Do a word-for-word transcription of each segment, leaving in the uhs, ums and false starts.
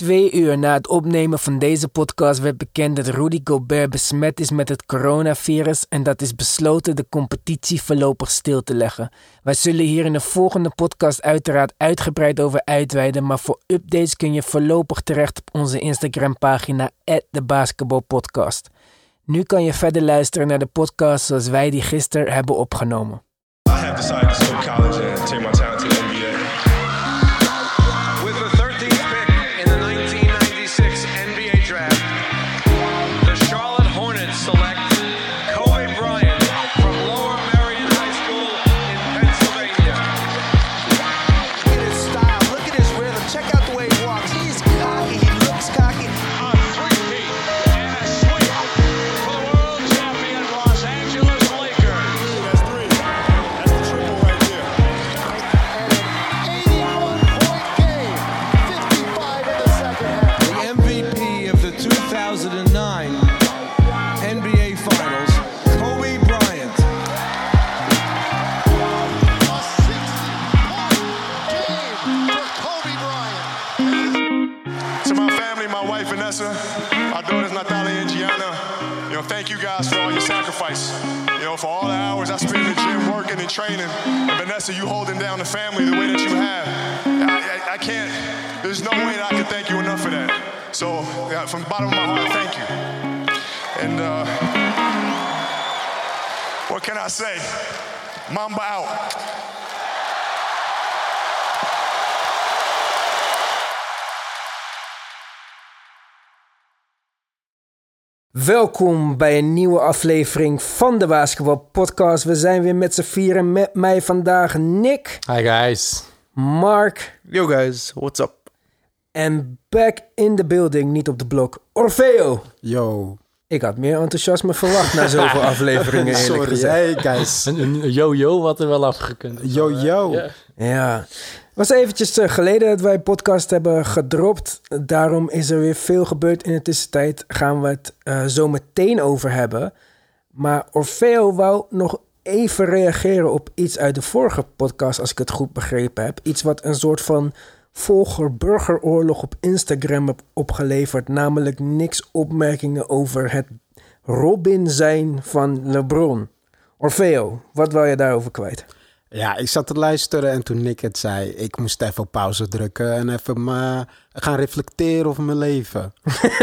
Twee uur na het opnemen van deze podcast werd bekend dat Rudy Gobert besmet is met het coronavirus en dat is besloten de competitie voorlopig stil te leggen. Wij zullen hier in de volgende podcast uiteraard uitgebreid over uitweiden, maar voor updates kun je voorlopig terecht op onze Instagram pagina at the basketball podcast. Nu kan je verder luisteren naar de podcast zoals wij die gisteren hebben opgenomen. I have decided to switch college and take my talent to the N B A. With the thirteenth pick in the nineteen ninety-six N B A draft, the Charlotte Hornets select Kobe Bryant from Lower Merion High School in Pennsylvania. Look at his style, look at his rhythm, check out the way he walks. He's cocky, he looks cocky. A three-peat and a sweep for the world champion Los Angeles Lakers. That's three. That's the triple right there. eighty-one point game, fifty-five in the second half. The M V P of the two thousand nine N B A Finals, Kobe Bryant. A sixty-point game for Kobe Bryant. To my family, my wife Vanessa, my daughters Natalia and Gianna, you know, thank you guys for all your sacrifice. You know, for all the hours I spent in the gym working and training. And Vanessa, you holding down the family the way that you have. I, I, I can't, there's no way that I can thank you enough for that. So, yeah, from the bottom of my heart, thank you. And uh, what can I say? Mamba out. Welkom bij een nieuwe aflevering van de Basketball Podcast. We zijn weer met z'n vieren. Met mij vandaag Nick, Hi guys. Mark Yo guys, what's up? en back in the building, niet op de blok, Orfeo. Yo. Ik had meer enthousiasme verwacht na zoveel afleveringen, eerlijk Sorry, gezegd. hey guys. Een, een yo-yo had er wel afgekund. Yo yo. Ja. Ja, het was eventjes uh, geleden dat wij podcast hebben gedropt. Daarom is er weer veel gebeurd in de tussentijd. Gaan we het uh, zo meteen over hebben. Maar Orfeo wou nog even reageren op iets uit de vorige podcast, als ik het goed begrepen heb. Iets wat een soort van volger-burgeroorlog op Instagram heb opgeleverd. Namelijk niks opmerkingen over het Robin zijn van LeBron. Orfeo, wat wou je daarover kwijt? Ja, ik zat te luisteren en toen Nick het zei, ik moest even op pauze drukken en even me, gaan reflecteren over mijn leven.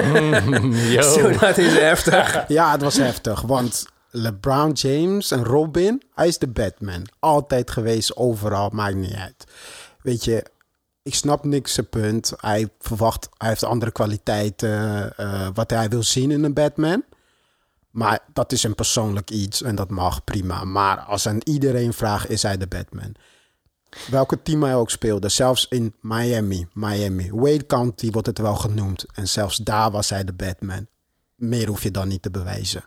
Yo. Zo, dat is heftig. Ja, het was heftig, want LeBron James en Robin, hij is de Batman. Altijd geweest, overal, maakt niet uit. Weet je, ik snap niks zijn punt. Hij verwacht, hij heeft andere kwaliteiten, uh, wat hij wil zien in een Batman. Maar dat is een persoonlijk iets en dat mag prima. Maar als aan iedereen vraagt, is hij de Batman. Welke team hij ook speelde, zelfs in Miami, Miami, Wade County wordt het wel genoemd. En zelfs daar was hij de Batman. Meer hoef je dan niet te bewijzen.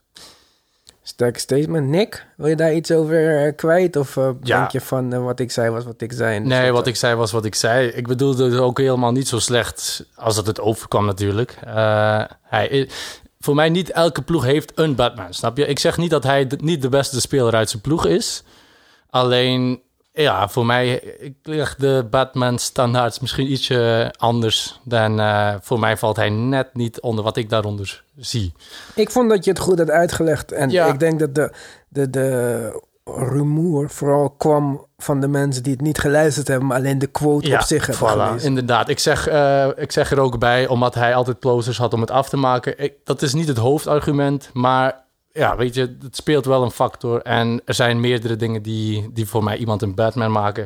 Sterk statement. Nick, wil je daar iets over uh, kwijt? Of uh, Ja. denk je van uh, wat ik zei was wat ik zei? En Nee, soort, wat uh, ik zei was wat ik zei. Ik bedoelde het ook helemaal niet zo slecht als dat het overkwam natuurlijk. Uh, hij, voor mij niet elke ploeg heeft een Batman, snap je? Ik zeg niet dat hij de, niet de beste speler uit zijn ploeg is. Alleen, ja, voor mij ik leg de Batman standaards misschien ietsje anders. Dan uh, voor mij valt hij net niet onder wat ik daaronder zie. Ik vond dat je het goed had uitgelegd. En Ja. ik denk dat de, de, de rumoer vooral kwam van de mensen die het niet geluisterd hebben, maar alleen de quote op zich hebben voilà, gelezen. inderdaad. Ik zeg, uh, ik zeg er ook bij, omdat hij altijd closers had om het af te maken. Ik, dat is niet het hoofdargument, maar ja, weet je, het speelt wel een factor. En er zijn meerdere dingen die, die voor mij iemand een Batman maken.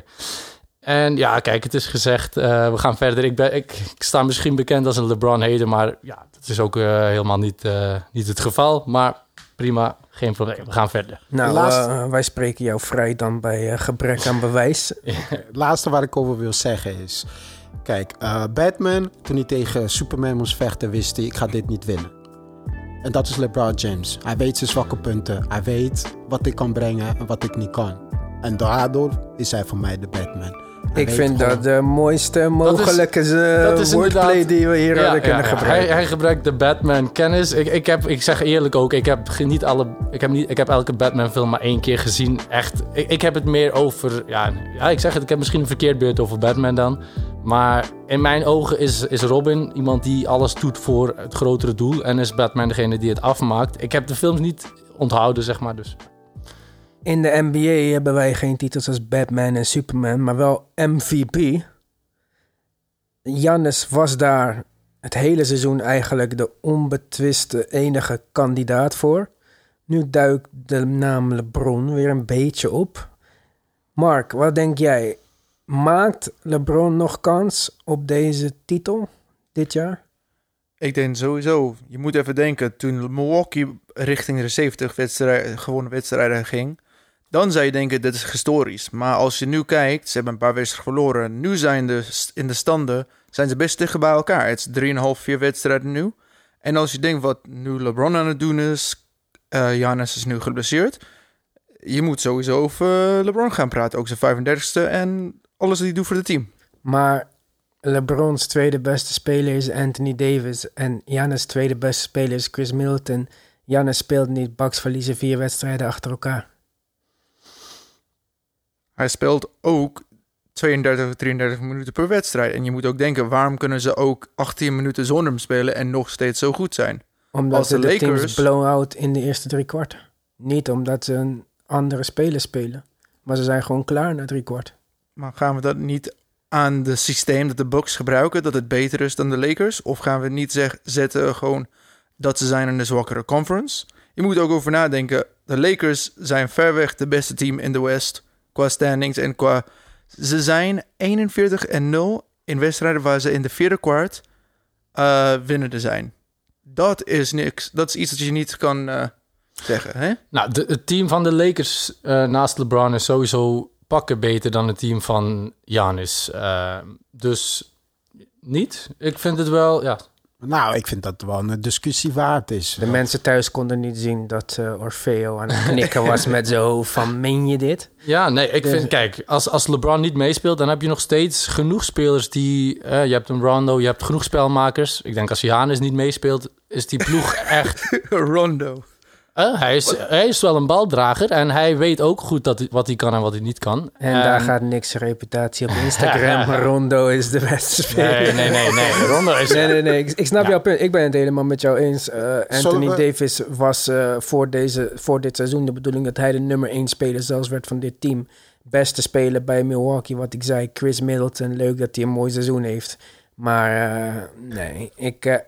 En ja, kijk, het is gezegd, uh, we gaan verder. Ik, ben, ik, ik sta misschien bekend als een LeBron-hater, maar ja, dat is ook uh, helemaal niet, uh, niet het geval. Maar prima, geen probleem. We gaan verder. Nou, Laatst- uh, wij spreken jou vrij dan bij uh, gebrek aan bewijs. Het laatste wat ik over wil zeggen is... Kijk, uh, Batman, toen hij tegen Superman moest vechten, wist hij, ik ga dit niet winnen. En dat is LeBron James. Hij weet zijn zwakke punten. Hij weet wat ik kan brengen en wat ik niet kan. En daardoor is hij voor mij de Batman. Hij Ik weet vind gewoon- dat de mooiste mogelijke dat is uh, wordplay inderdaad- die we hier Ja, hadden kunnen ja, ja. gebruiken. Hij, hij gebruikt de Batman-kennis. Ik, ik, heb, ik zeg eerlijk ook, ik heb ge- niet alle, ik heb, niet, ik heb elke Batman-film maar één keer gezien. Echt, ik, ik heb het meer over... Ja, ja, ik zeg het, ik heb misschien een verkeerd beeld over Batman dan. Maar in mijn ogen is, is Robin iemand die alles doet voor het grotere doel. En is Batman degene die het afmaakt. Ik heb de films niet onthouden, zeg maar. Dus. In de N B A hebben wij geen titels als Batman en Superman, maar wel M V P. Giannis was daar het hele seizoen eigenlijk de onbetwiste enige kandidaat voor. Nu duikt de naam LeBron weer een beetje op. Mark, wat denk jij? Maakt LeBron nog kans op deze titel dit jaar? Ik denk sowieso. Je moet even denken, toen Milwaukee richting de zeventig wedstrijden, gewonnen wedstrijden ging, dan zou je denken, dit is historisch. Maar als je nu kijkt, ze hebben een paar wedstrijden verloren. Nu zijn de, in de standen zijn ze best dicht bij elkaar. Het is drieënhalf, vier wedstrijden nu. En als je denkt wat nu LeBron aan het doen is, uh, Giannis is nu geblesseerd. Je moet sowieso over LeBron gaan praten. Ook zijn vijfendertigste en alles wat hij doet voor het team. Maar LeBron's tweede beste speler is Anthony Davis. En Giannis' tweede beste speler is Chris Middleton. Giannis speelt niet. Bucks verliezen vier wedstrijden achter elkaar. Hij speelt ook tweeëndertig, drieëndertig minuten per wedstrijd. En je moet ook denken, waarom kunnen ze ook achttien minuten zonder hem spelen en nog steeds zo goed zijn? Omdat Als de, de de teams Lakers- blow-out in de eerste drie kwart. Niet omdat ze een andere speler spelen. Maar ze zijn gewoon klaar na drie kwart. Maar gaan we dat niet aan het systeem dat de Bucks gebruiken, dat het beter is dan de Lakers? Of gaan we niet zeg, zetten gewoon dat ze zijn in de zwakkere conference? Je moet ook over nadenken, de Lakers zijn verreweg de beste team in de West qua standings en qua... Ze zijn eenenveertig en nul in wedstrijden waar ze in de vierde kwart uh, winnende zijn. Dat is niks. Dat is iets dat je niet kan uh, zeggen, hè? Nou, de, het team van de Lakers uh, naast LeBron is sowieso pakken beter dan het team van Giannis. Uh, dus niet. Ik vind het wel, ja... Nou, ik vind dat wel een discussie waard is. De mensen thuis konden niet zien dat uh, Orfeo aan het knikken was met zijn hoofd van, meen je dit? Ja, nee, ik Dus- vind, kijk, als, als LeBron niet meespeelt, dan heb je nog steeds genoeg spelers die, uh, je hebt een Rondo, je hebt genoeg spelmakers. Ik denk als Giannis niet meespeelt, is die ploeg echt... Rondo. Uh, hij, is, hij is wel een baldrager en hij weet ook goed dat hij, wat hij kan en wat hij niet kan. En Um, daar gaat niks reputatie op Instagram. Rondo is de beste speler. Nee, nee, nee, nee. Rondo is... Nee, nee, nee. Ik, ik snap Ja. jouw punt. Ik ben het helemaal met jou eens. Uh, Anthony Zullen we- Davis was uh, voor, deze, voor dit seizoen de bedoeling dat hij de nummer één speler zelfs werd van dit team. Beste speler bij Milwaukee, wat ik zei. Chris Middleton, leuk dat hij een mooi seizoen heeft. Maar uh, nee, ik... Uh,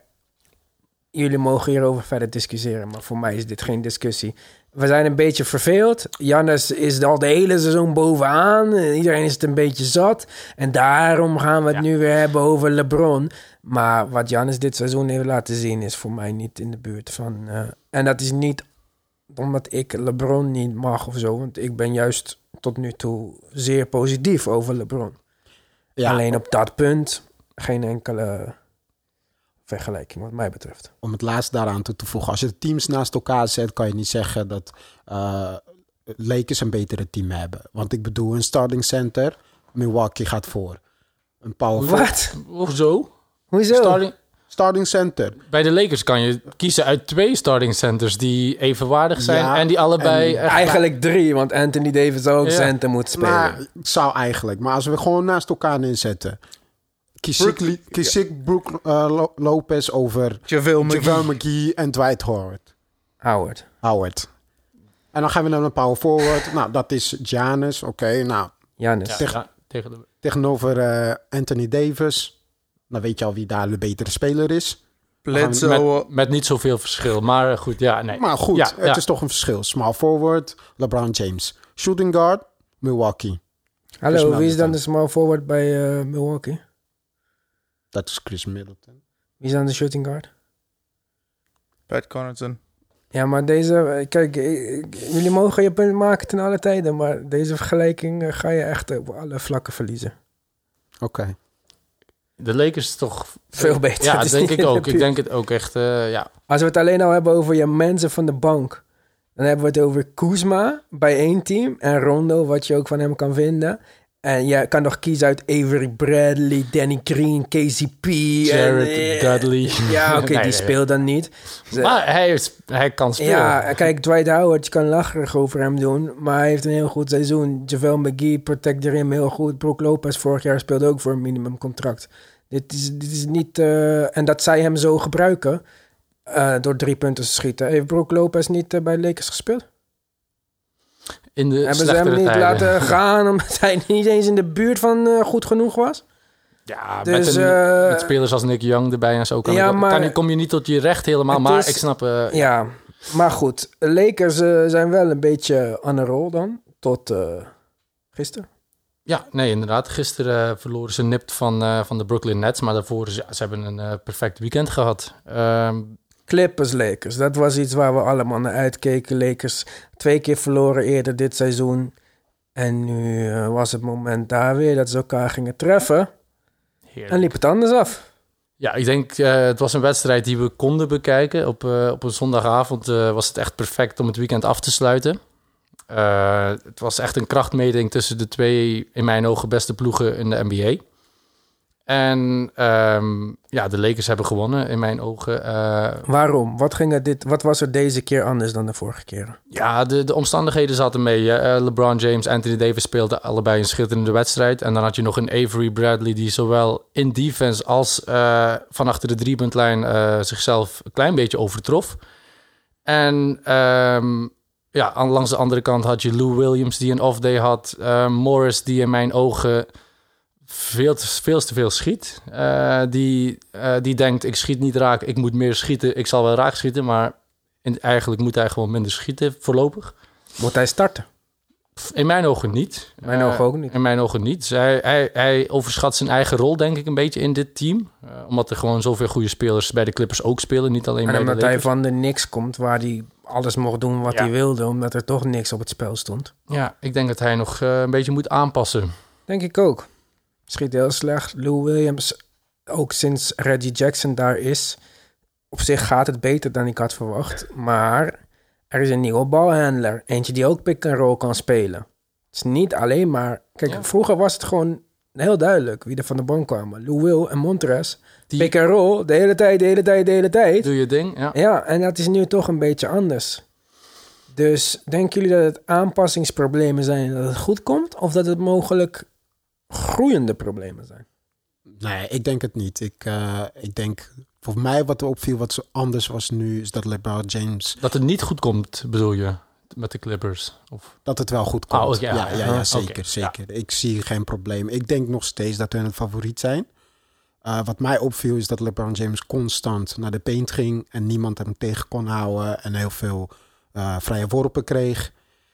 jullie mogen hierover verder discussiëren, maar voor mij is dit geen discussie. We zijn een beetje verveeld. Giannis is al de hele seizoen bovenaan. Iedereen is het een beetje zat. En daarom gaan we het Ja. nu weer hebben over LeBron. Maar wat Giannis dit seizoen heeft laten zien, is voor mij niet in de buurt van... Uh, en dat is niet omdat ik LeBron niet mag of zo. Want ik ben juist tot nu toe zeer positief over LeBron. Ja, Alleen op dat punt geen enkele vergelijking wat mij betreft. om het laatste daaraan toe te voegen. Als je de teams naast elkaar zet, kan je niet zeggen dat uh, Lakers een betere team hebben. Want ik bedoel, een starting center, Milwaukee gaat voor. Een power forward- Wat? Hoezo? Hoezo? Starting, starting center. bij de Lakers kan je kiezen uit twee starting centers die evenwaardig zijn Ja, en die allebei... en echt- Eigenlijk drie, want Anthony Davis zou ook Ja. center moeten spelen. Maar zou eigenlijk. Maar als we gewoon naast elkaar neerzetten. Kies ik, Brook- kies ik Brook uh, Lo- Lopez over JaVale McGee. JaVale McGee en Dwight Howard. Howard. Howard. En dan gaan we naar een power forward. Nou, dat is Giannis. Oké, nou, Giannis. Ja, tegen- ja, tegen de... tegenover uh, Anthony Davis. Dan weet je al wie daar de betere speler is. Bledsoe. Met, met niet zoveel verschil, maar goed, ja, nee. Maar goed, Ja, het ja. is toch een verschil. Small forward, LeBron James. Shooting guard, Milwaukee. Hallo, Chris wie is dan Middleton. de small forward bij uh, Milwaukee? Dat is Chris Middleton. Wie is dan de shooting guard? Pat Connaughton. Ja, maar deze... Kijk, ik- ik- jullie mogen je punt maken ten alle tijden, maar deze vergelijking uh, ga je echt op alle vlakken verliezen. Oké. De Lakers is toch... Veel beter. Ja, Het is denk niet ik in de ook. Ik buurt. denk het ook echt, uh, ja. Als we het alleen al hebben over je mensen van de bank, dan hebben we het over Kuzma bij één team en Rondo, wat je ook van hem kan vinden. En je kan nog kiezen uit Avery Bradley, Danny Green, K C P. Jared en, Dudley. Ja, oké, okay, nee, die nee, speelt dan niet. Maar hij, is, hij kan spelen. Ja, kijk, Dwight Howard, je kan lacherig over hem doen, maar hij heeft een heel goed seizoen. JaVale McGee protect de rim heel goed. Brook Lopez vorig jaar speelde ook voor een minimumcontract. Dit is, dit is niet... Uh, en dat zij hem zo gebruiken, uh, door drie punten te schieten. Heeft Brook Lopez niet uh, bij de Lakers gespeeld? In de Hebben ze hem niet tijden. laten gaan omdat hij niet eens in de buurt van uh, goed genoeg was? Ja, dus, met, een, uh, met spelers als Nick Young erbij en zo kan, ja, ik, maar, kan je, kom je niet tot je recht helemaal. Maar is, ik snap... Uh, ja, maar goed. Lakers uh, zijn wel een beetje on a roll dan. Tot uh, gisteren. Ja, nee, inderdaad. Gisteren uh, verloren ze nipt van, uh, van de Brooklyn Nets. Maar daarvoor ja, ze hebben een uh, perfect weekend gehad. Um, Clippers Lakers. Dat was iets waar we allemaal naar uitkeken. Lakers twee keer verloren eerder dit seizoen. En nu uh, was het moment daar weer dat ze elkaar gingen treffen. Heerlijk. En liep het anders af. Ja, ik denk, uh, het was een wedstrijd die we konden bekijken. Op, uh, op een zondagavond uh, was het echt perfect om het weekend af te sluiten. Uh, het was echt een krachtmeting tussen de twee, in mijn ogen, beste ploegen in de N B A. En um, ja, de Lakers hebben gewonnen, in mijn ogen. Uh, Waarom? Wat, ging er dit, wat was er deze keer anders dan de vorige keren? Ja, de, de omstandigheden zaten mee. Uh, LeBron James, Anthony Davis speelden allebei een schitterende wedstrijd. En dan had je nog een Avery Bradley die zowel in defense als uh, van achter de driepuntlijn uh, zichzelf een klein beetje overtrof. En um, ja, langs de andere kant had je Lou Williams die een off-day had. Uh, Morris die in mijn ogen... Veel te, veel te veel schiet. Uh, die, uh, die denkt, ik schiet niet raak, ik moet meer schieten. Ik zal wel raak schieten, maar in, eigenlijk moet hij gewoon minder schieten voorlopig. Moet hij starten? In mijn ogen niet. In mijn uh, ogen ook niet. In mijn ogen niet. Dus hij, hij, hij overschat zijn eigen rol, denk ik, een beetje in dit team. Uh, omdat er gewoon zoveel goede spelers bij de Clippers ook spelen, niet alleen en bij de Lakers. En omdat hij van de niks komt, waar hij alles mocht doen wat ja. hij wilde, omdat er toch niks op het spel stond. Ja, ik denk dat hij nog uh, een beetje moet aanpassen. Denk ik ook. Schiet heel slecht. Lou Williams, ook sinds Reggie Jackson daar is, op zich gaat het beter dan ik had verwacht. Maar er is een nieuwe balhandler. Eentje die ook pick-and-roll kan spelen. Het is niet alleen maar... Kijk, ja. vroeger was het gewoon heel duidelijk wie er van de bank kwamen. Lou Will en Montrez. Die... Pick-and-roll, de hele tijd, de hele tijd, de hele tijd. Doe je ding, ja. Ja, en dat is nu toch een beetje anders. Dus denken jullie dat het aanpassingsproblemen zijn dat het goed komt? Of dat het mogelijk... groeiende problemen zijn? Nee, ik denk het niet. Ik, uh, ik denk, voor mij wat er opviel, wat zo anders was nu, is dat LeBron James... Dat het niet goed komt, bedoel je, met de Clippers? Of... Dat het wel goed komt. Oh, ja, ja, ja, ja, zeker, okay. zeker. Ja. Ik zie geen probleem. Ik denk nog steeds dat we een favoriet zijn. Uh, wat mij opviel is dat LeBron James constant naar de paint ging en niemand hem tegen kon houden en heel veel uh, vrije worpen kreeg.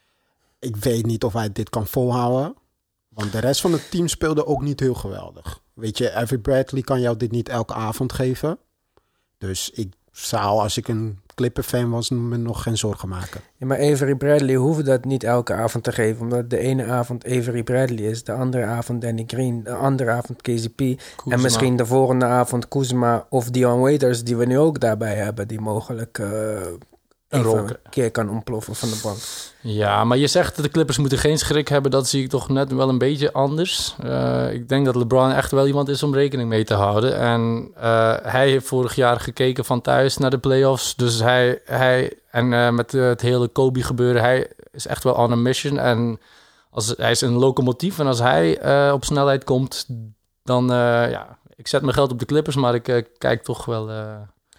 Ik weet niet of hij dit kan volhouden. Want de rest van het team speelde ook niet heel geweldig. Weet je, Avery Bradley kan jou dit niet elke avond geven. Dus ik zou, als ik een Clipper-fan was, me nog geen zorgen maken. Ja, maar Avery Bradley hoeft dat niet elke avond te geven. Omdat de ene avond Avery Bradley is, de andere avond Danny Green, de andere avond K C P. Kuzma. En misschien de volgende avond Kuzma of Dion Waiters, die we nu ook daarbij hebben. Die mogelijk uh, een, een keer kan ontploffen van de bank. Ja, maar je zegt dat de Clippers moeten geen schrik hebben. Dat zie ik toch net wel een beetje anders. Uh, ik denk dat LeBron echt wel iemand is om rekening mee te houden. En uh, hij heeft vorig jaar gekeken van thuis naar de playoffs. Dus hij, hij en uh, met uh, het hele Kobe gebeuren, hij is echt wel on a mission. En als, hij is een locomotief. En als hij uh, op snelheid komt, dan, uh, ja, ik zet mijn geld op de Clippers. Maar ik uh, kijk toch wel uh,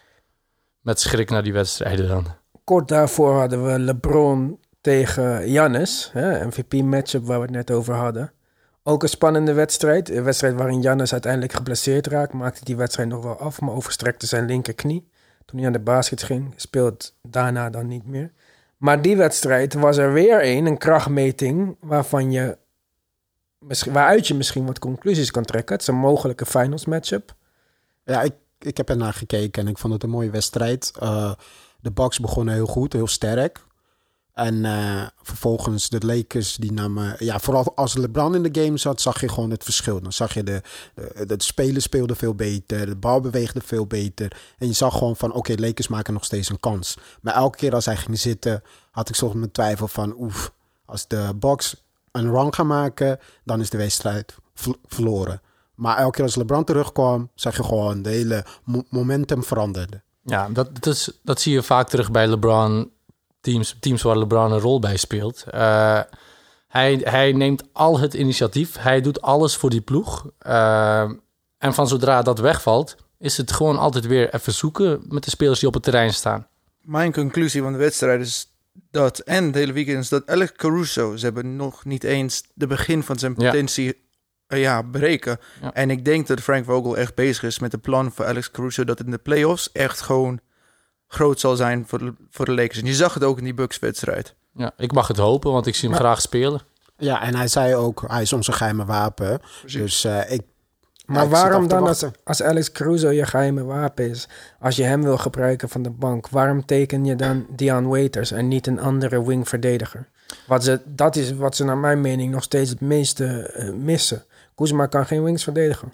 met schrik naar die wedstrijden dan. Kort daarvoor hadden we LeBron tegen Giannis, hè, M V P-matchup waar we het net over hadden. Ook een spannende wedstrijd. Een wedstrijd waarin Giannis uiteindelijk geblesseerd raakt. Maakte die wedstrijd nog wel af, maar overstrekte zijn linkerknie. Toen hij aan de basket ging, speelt daarna dan niet meer. Maar die wedstrijd was er weer een, een krachtmeting, waarvan je, waaruit je misschien wat conclusies kan trekken. Het is een mogelijke finals matchup. Ja, ik, ik heb ernaar gekeken en ik vond het een mooie wedstrijd. Uh, de Bucks begonnen heel goed, heel sterk. En uh, vervolgens de Lakers, die namen... Ja, vooral als LeBron in de game zat, zag je gewoon het verschil. Dan zag je de, de, de spelen speelden veel beter, de bal beweegde veel beter. En je zag gewoon van, oké, okay, Lakers maken nog steeds een kans. Maar elke keer als hij ging zitten, had ik soms mijn twijfel van... Oef, als de Bucks een run gaan maken, dan is de wedstrijd v- verloren. Maar elke keer als LeBron terugkwam, zag je gewoon de hele mo- momentum veranderde. Ja, dat, dat, is, dat zie je vaak terug bij LeBron, teams, teams waar LeBron een rol bij speelt. Uh, hij, hij neemt al het initiatief, hij doet alles voor die ploeg. Uh, en van zodra dat wegvalt, is het gewoon altijd weer even zoeken met de spelers die op het terrein staan. Mijn conclusie van de wedstrijd is dat, en het hele weekend, is dat Alex Caruso, ze hebben nog niet eens de begin van zijn potentie ja. Uh, ja, bereiken. Ja. En ik denk dat Frank Vogel echt bezig is met de plan voor Alex Caruso, dat in de playoffs echt gewoon groot zal zijn voor de, voor de Lakers. En je zag het ook in die Bucks-wedstrijd. Ja, ik mag het hopen, want ik zie hem ja. graag spelen. Ja, en hij zei ook, hij is onze geheime wapen. Precies. Dus uh, ik... Maar waarom dan als, als Alex Caruso je geheime wapen is, als je hem wil gebruiken van de bank, waarom teken je dan Dion Waiters en niet een andere wing-verdediger? Wat ze, dat is wat ze naar mijn mening nog steeds het meeste uh, missen. Kuzma kan geen wings verdedigen.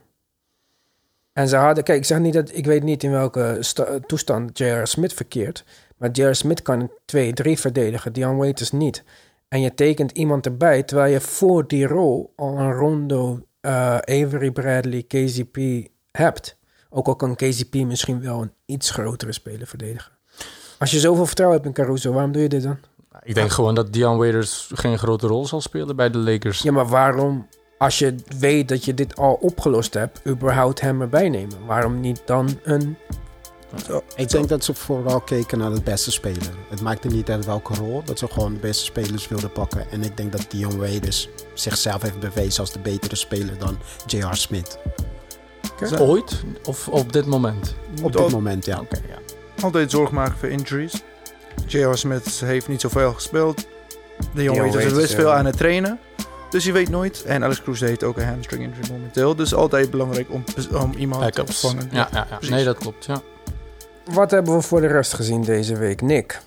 En ze hadden, kijk, ik zeg niet dat, ik weet niet in welke sta, toestand J R. Smith verkeert, maar J R. Smith kan een twee drie verdedigen, Dion Waiters niet. En je tekent iemand erbij, terwijl je voor die rol al een Rondo, Uh, Avery Bradley, K C P hebt. Ook al kan K C P misschien wel een iets grotere speler verdedigen. Als je zoveel vertrouwen hebt in Caruso, waarom doe je dit dan? Ik denk gewoon dat Dion Waiters geen grote rol zal spelen bij de Lakers. Ja, maar waarom, als je weet dat je dit al opgelost hebt, überhaupt hem erbij nemen? Waarom niet dan een... Zo, ik denk dat ze vooral keken naar de beste speler. Het maakte niet uit welke rol, dat ze gewoon de beste spelers wilden pakken. En ik denk dat Dion Waiters zichzelf heeft bewezen als de betere speler dan J R. Smith. Okay. Ooit? Of op dit moment? Op dit al- moment, ja. Okay, ja. Altijd zorg maken voor injuries. J R. Smith heeft niet zoveel gespeeld. Dion Waiters is best veel aan het trainen. Dus je weet nooit. En Alex Caruso heeft ook een hamstring injury momenteel. Dus altijd belangrijk om, om iemand Backups. te vangen. Ja, ja, ja. Nee, dat klopt, ja. Wat hebben we voor de rest gezien deze week, Nick?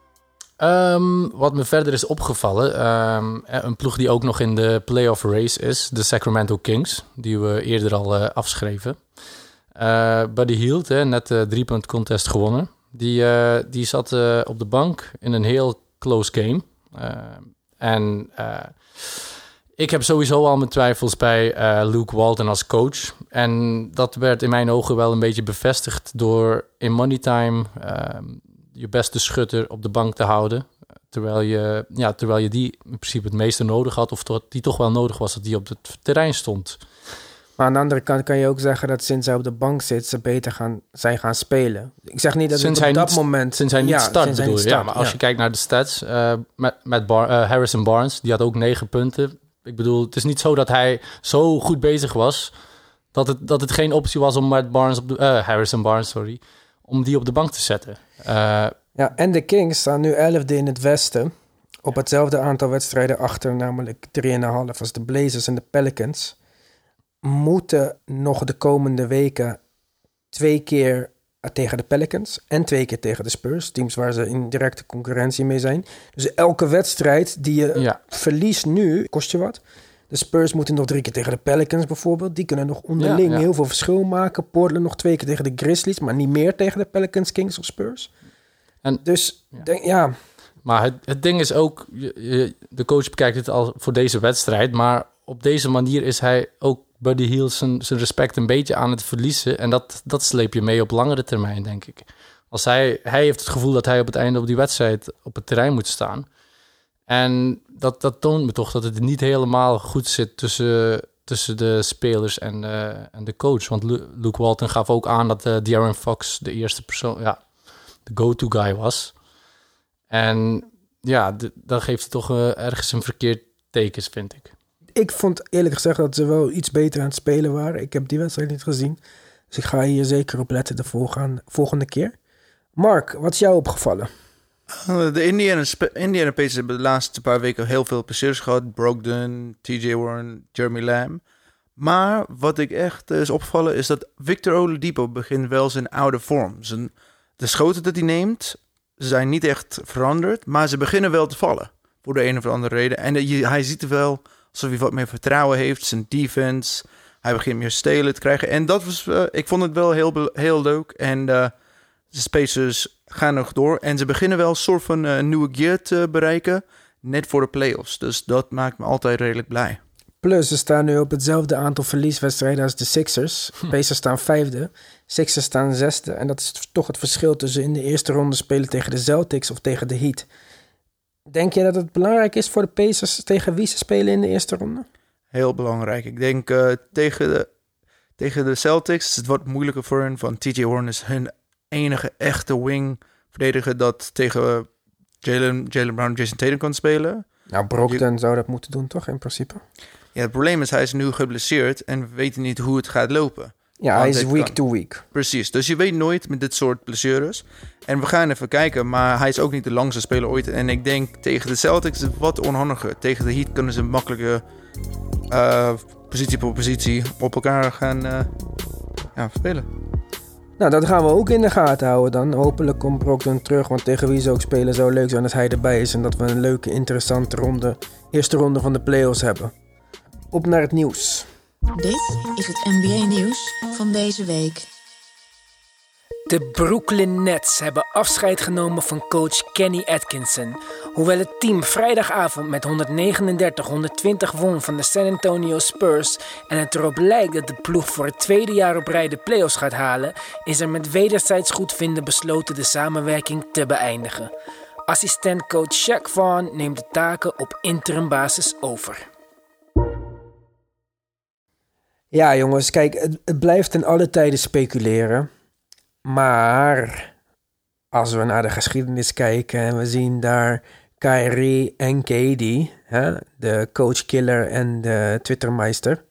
Um, wat me verder is opgevallen, um, een ploeg die ook nog in de playoff race is, de Sacramento Kings, die we eerder al uh, afschreven. Uh, Buddy Hield, hè, net de drie-punt contest gewonnen. Die, uh, die zat uh, op de bank in een heel close game. Uh, en uh, ik heb sowieso al mijn twijfels bij uh, Luke Walton als coach. En dat werd in mijn ogen wel een beetje bevestigd door in money time uh, je beste schutter op de bank te houden. Terwijl je, ja, terwijl je die in principe het meeste nodig had. Of dat die toch wel nodig was dat die op het terrein stond. Maar aan de andere kant kan je ook zeggen dat sinds hij op de bank zit, ze beter gaan, zijn gaan spelen. Ik zeg niet dat sinds het op hij dat niet, moment... Sinds hij niet ja, start sinds bedoel je. start, Ja, maar als ja. je kijkt naar de stats, uh, met, met Bar, uh, Harrison Barnes, die had ook negen punten. Ik bedoel, het is niet zo dat hij zo goed bezig was dat het, dat het geen optie was om met Barnes op de, uh, Harrison Barnes, sorry, om die op de bank te zetten. Uh, Ja, en de Kings staan nu elfde in het westen. Op hetzelfde aantal wedstrijden achter, namelijk drie komma vijf als de Blazers en de Pelicans. Moeten nog de komende weken twee keer tegen de Pelicans en twee keer tegen de Spurs. Teams waar ze in directe concurrentie mee zijn. Dus elke wedstrijd die je ja. verliest nu, kost je wat. De Spurs moeten nog drie keer tegen de Pelicans bijvoorbeeld. Die kunnen nog onderling ja, ja. heel veel verschil maken. Portland nog twee keer tegen de Grizzlies, maar niet meer tegen de Pelicans, Kings of Spurs. En, dus, ja. Denk, ja... Maar het, het ding is ook, je, je, de coach bekijkt het al voor deze wedstrijd, maar op deze manier is hij ook Buddy Hield zijn, zijn respect een beetje aan het verliezen. En dat, dat sleep je mee op langere termijn, denk ik. Als hij, hij heeft het gevoel dat hij op het einde op die wedstrijd op het terrein moet staan. En dat, dat toont me toch dat het niet helemaal goed zit tussen, tussen de spelers en, uh, en de coach. Want Luke Walton gaf ook aan dat uh, De'Aaron Fox de eerste persoon, ja, de go-to guy was. En ja, d- dan geeft hij toch uh, ergens een verkeerd tekens, vind ik. Ik vond eerlijk gezegd dat ze wel iets beter aan het spelen waren. Ik heb die wedstrijd niet gezien. Dus ik ga hier zeker op letten de volgende, volgende keer. Mark, wat is jou opgevallen? Uh, de Indiana, Indiana Pacers hebben de laatste paar weken heel veel passeurs gehad. Brogdon, T J Warren, Jeremy Lamb. Maar wat ik echt uh, is opgevallen is dat Victor Oladipo begint wel zijn oude vorm. Zijn, de schoten dat hij neemt zijn niet echt veranderd, maar ze beginnen wel te vallen. Voor de een of andere reden. En uh, je, hij ziet er wel alsof hij wat meer vertrouwen heeft. Zijn defense. Hij begint meer stelen te krijgen. En dat was, uh, ik vond het wel heel, heel leuk. En uh, de Pacers gaan nog door. En ze beginnen wel een soort van uh, nieuwe gear te bereiken. net voor de playoffs. Dus dat maakt me altijd redelijk blij. Plus, ze staan nu op hetzelfde aantal verlieswedstrijden als de Sixers. Hm. Pacers staan vijfde, Sixers staan zesde. En dat is toch het verschil tussen in de eerste ronde spelen tegen de Celtics of tegen de Heat. Denk je dat het belangrijk is voor de Pacers tegen wie ze spelen in de eerste ronde? Heel belangrijk. Ik denk uh, tegen, de, tegen de Celtics is het wat moeilijker voor hen. Van T J Warren is hun enige echte wing verdediger dat tegen Jalen, Jalen Brown en Jason Tatum kan spelen. Nou, Brogdon Je... zou dat moeten doen, toch, in principe? Ja, het probleem is, hij is nu geblesseerd en we weten niet hoe het gaat lopen. Ja, hij is week kan. to week. Precies, dus je weet nooit met dit soort blessures. En we gaan even kijken, maar hij is ook niet de langste speler ooit. En ik denk tegen de Celtics is het wat onhandiger. Tegen de Heat kunnen ze makkelijke uh, positie voor positie op elkaar gaan uh, ja, spelen. Nou, dat gaan we ook in de gaten houden dan. Hopelijk komt Brogdon terug, want tegen wie ze ook spelen zou leuk zijn als hij erbij is. En dat we een leuke, interessante ronde, eerste ronde van de playoffs hebben. Op naar het nieuws. Dit is het N B A-nieuws van deze week. De Brooklyn Nets hebben afscheid genomen van coach Kenny Atkinson. Hoewel het team vrijdagavond met honderdnegenendertig honderdtwintig won van de San Antonio Spurs en het erop lijkt dat de ploeg voor het tweede jaar op rij de playoffs gaat halen, is er met wederzijds goedvinden besloten de samenwerking te beëindigen. Assistentcoach Shaq Vaughn neemt de taken op interimbasis over. Ja jongens, kijk, het, het blijft in alle tijden speculeren. Maar als we naar de geschiedenis kijken en we zien daar Kyrie en K D, hè, de coachkiller en de Twittermeister,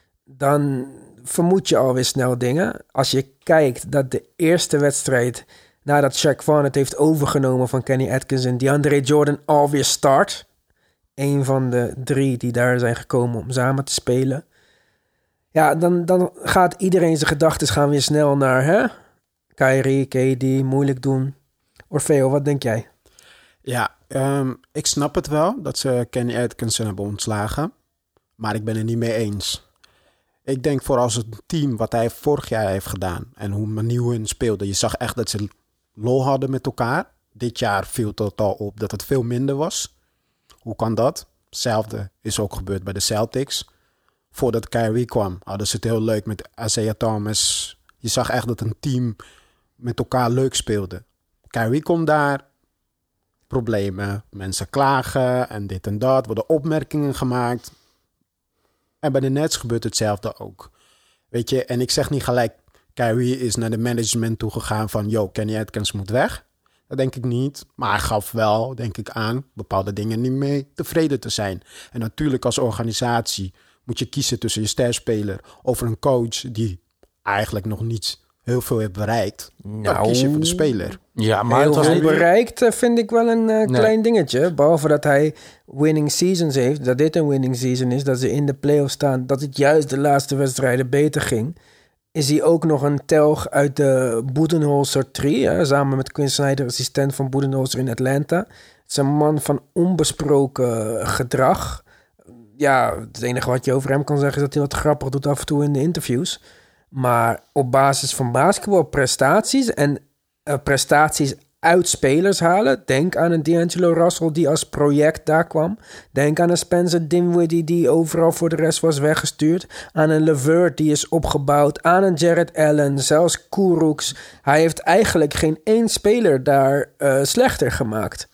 dan vermoed je alweer snel dingen. Als je kijkt dat de eerste wedstrijd nadat Shaq Vaughn het heeft overgenomen van Kenny Atkinson, DeAndre Jordan alweer start. Een van de drie die daar zijn gekomen om samen te spelen. Ja, dan, dan gaat iedereen zijn gedachten gaan weer snel naar, hè? Kyrie, K D, moeilijk doen. Orfeo, wat denk jij? Ja, um, ik snap het wel dat ze Kenny Atkinson hebben ontslagen. Maar ik ben het niet mee eens. Ik denk voor als het team wat hij vorig jaar heeft gedaan en hoe Menuhin speelde. Je zag echt dat ze lol hadden met elkaar. Dit jaar viel het totaal op dat het veel minder was. Hoe kan dat? Hetzelfde is ook gebeurd bij de Celtics. Voordat Kyrie kwam hadden ze het heel leuk met Isaiah Thomas. Je zag echt dat een team met elkaar leuk speelde. Kyrie komt daar. Problemen. Mensen klagen en dit en dat. Worden opmerkingen gemaakt. En bij de Nets gebeurt hetzelfde ook. Weet je, en ik zeg niet gelijk, Kyrie is naar de management toegegaan van, yo, Kenny Atkins moet weg. Dat denk ik niet. Maar hij gaf wel, denk ik, aan bepaalde dingen niet mee tevreden te zijn. En natuurlijk als organisatie moet je kiezen tussen je sterspeler over een coach die eigenlijk nog niet heel veel heeft bereikt. Nou, dan kies je voor de speler. Ja, maar heel het was veel niet... bereikt vind ik wel een uh, nee. klein dingetje. Behalve dat hij winning seasons heeft, dat dit een winning season is, dat ze in de playoffs staan, dat het juist de laatste wedstrijden beter ging, is hij ook nog een telg uit de Budenholzer tree, hè, samen met Quinn Snyder, assistent van Budenholzer in Atlanta. Het is een man van onbesproken gedrag. Ja, het enige wat je over hem kan zeggen is dat hij wat grappig doet af en toe in de interviews. Maar op basis van basketbalprestaties en uh, prestaties uit spelers halen. Denk aan een D'Angelo Russell die als project daar kwam. Denk aan een Spencer Dinwiddie die overal voor de rest was weggestuurd. Aan een LeVert die is opgebouwd. Aan een Jared Allen, zelfs Kurucs. Hij heeft eigenlijk geen één speler daar uh, slechter gemaakt.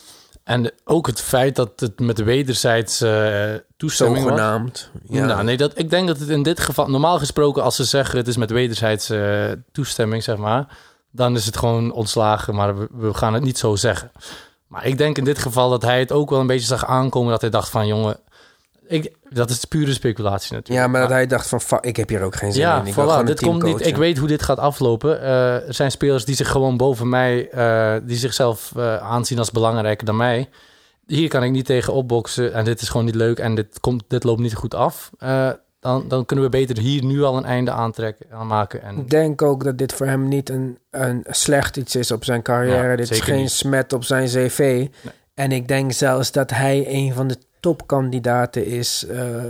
En ook het feit dat het met wederzijds uh, toestemming Zogenaamd, was. ja. Nou, nee, dat, ik denk dat het in dit geval, normaal gesproken, als ze zeggen het is met wederzijds uh, toestemming, zeg maar, dan is het gewoon ontslagen, maar we, we gaan het niet zo zeggen. Maar ik denk in dit geval dat hij het ook wel een beetje zag aankomen, dat hij dacht van, jongen, ik, dat is pure speculatie natuurlijk. Ja, maar dat hij dacht van, fuck, ik heb hier ook geen zin ja, in. Ik voilà, wil gewoon dit een komt niet. Ik weet hoe dit gaat aflopen. Uh, er zijn spelers die zich gewoon boven mij, uh, die zichzelf uh, aanzien als belangrijker dan mij. Hier kan ik niet tegen opboksen en dit is gewoon niet leuk en dit, komt, dit loopt niet goed af. Uh, dan, dan kunnen we beter hier nu al een einde aantrekken, aanmaken. En... Ik denk ook dat dit voor hem niet een, een slecht iets is op zijn carrière. Ja, dit is geen niet. smet op zijn cv. Nee. En ik denk zelfs dat hij een van de topkandidaten is uh,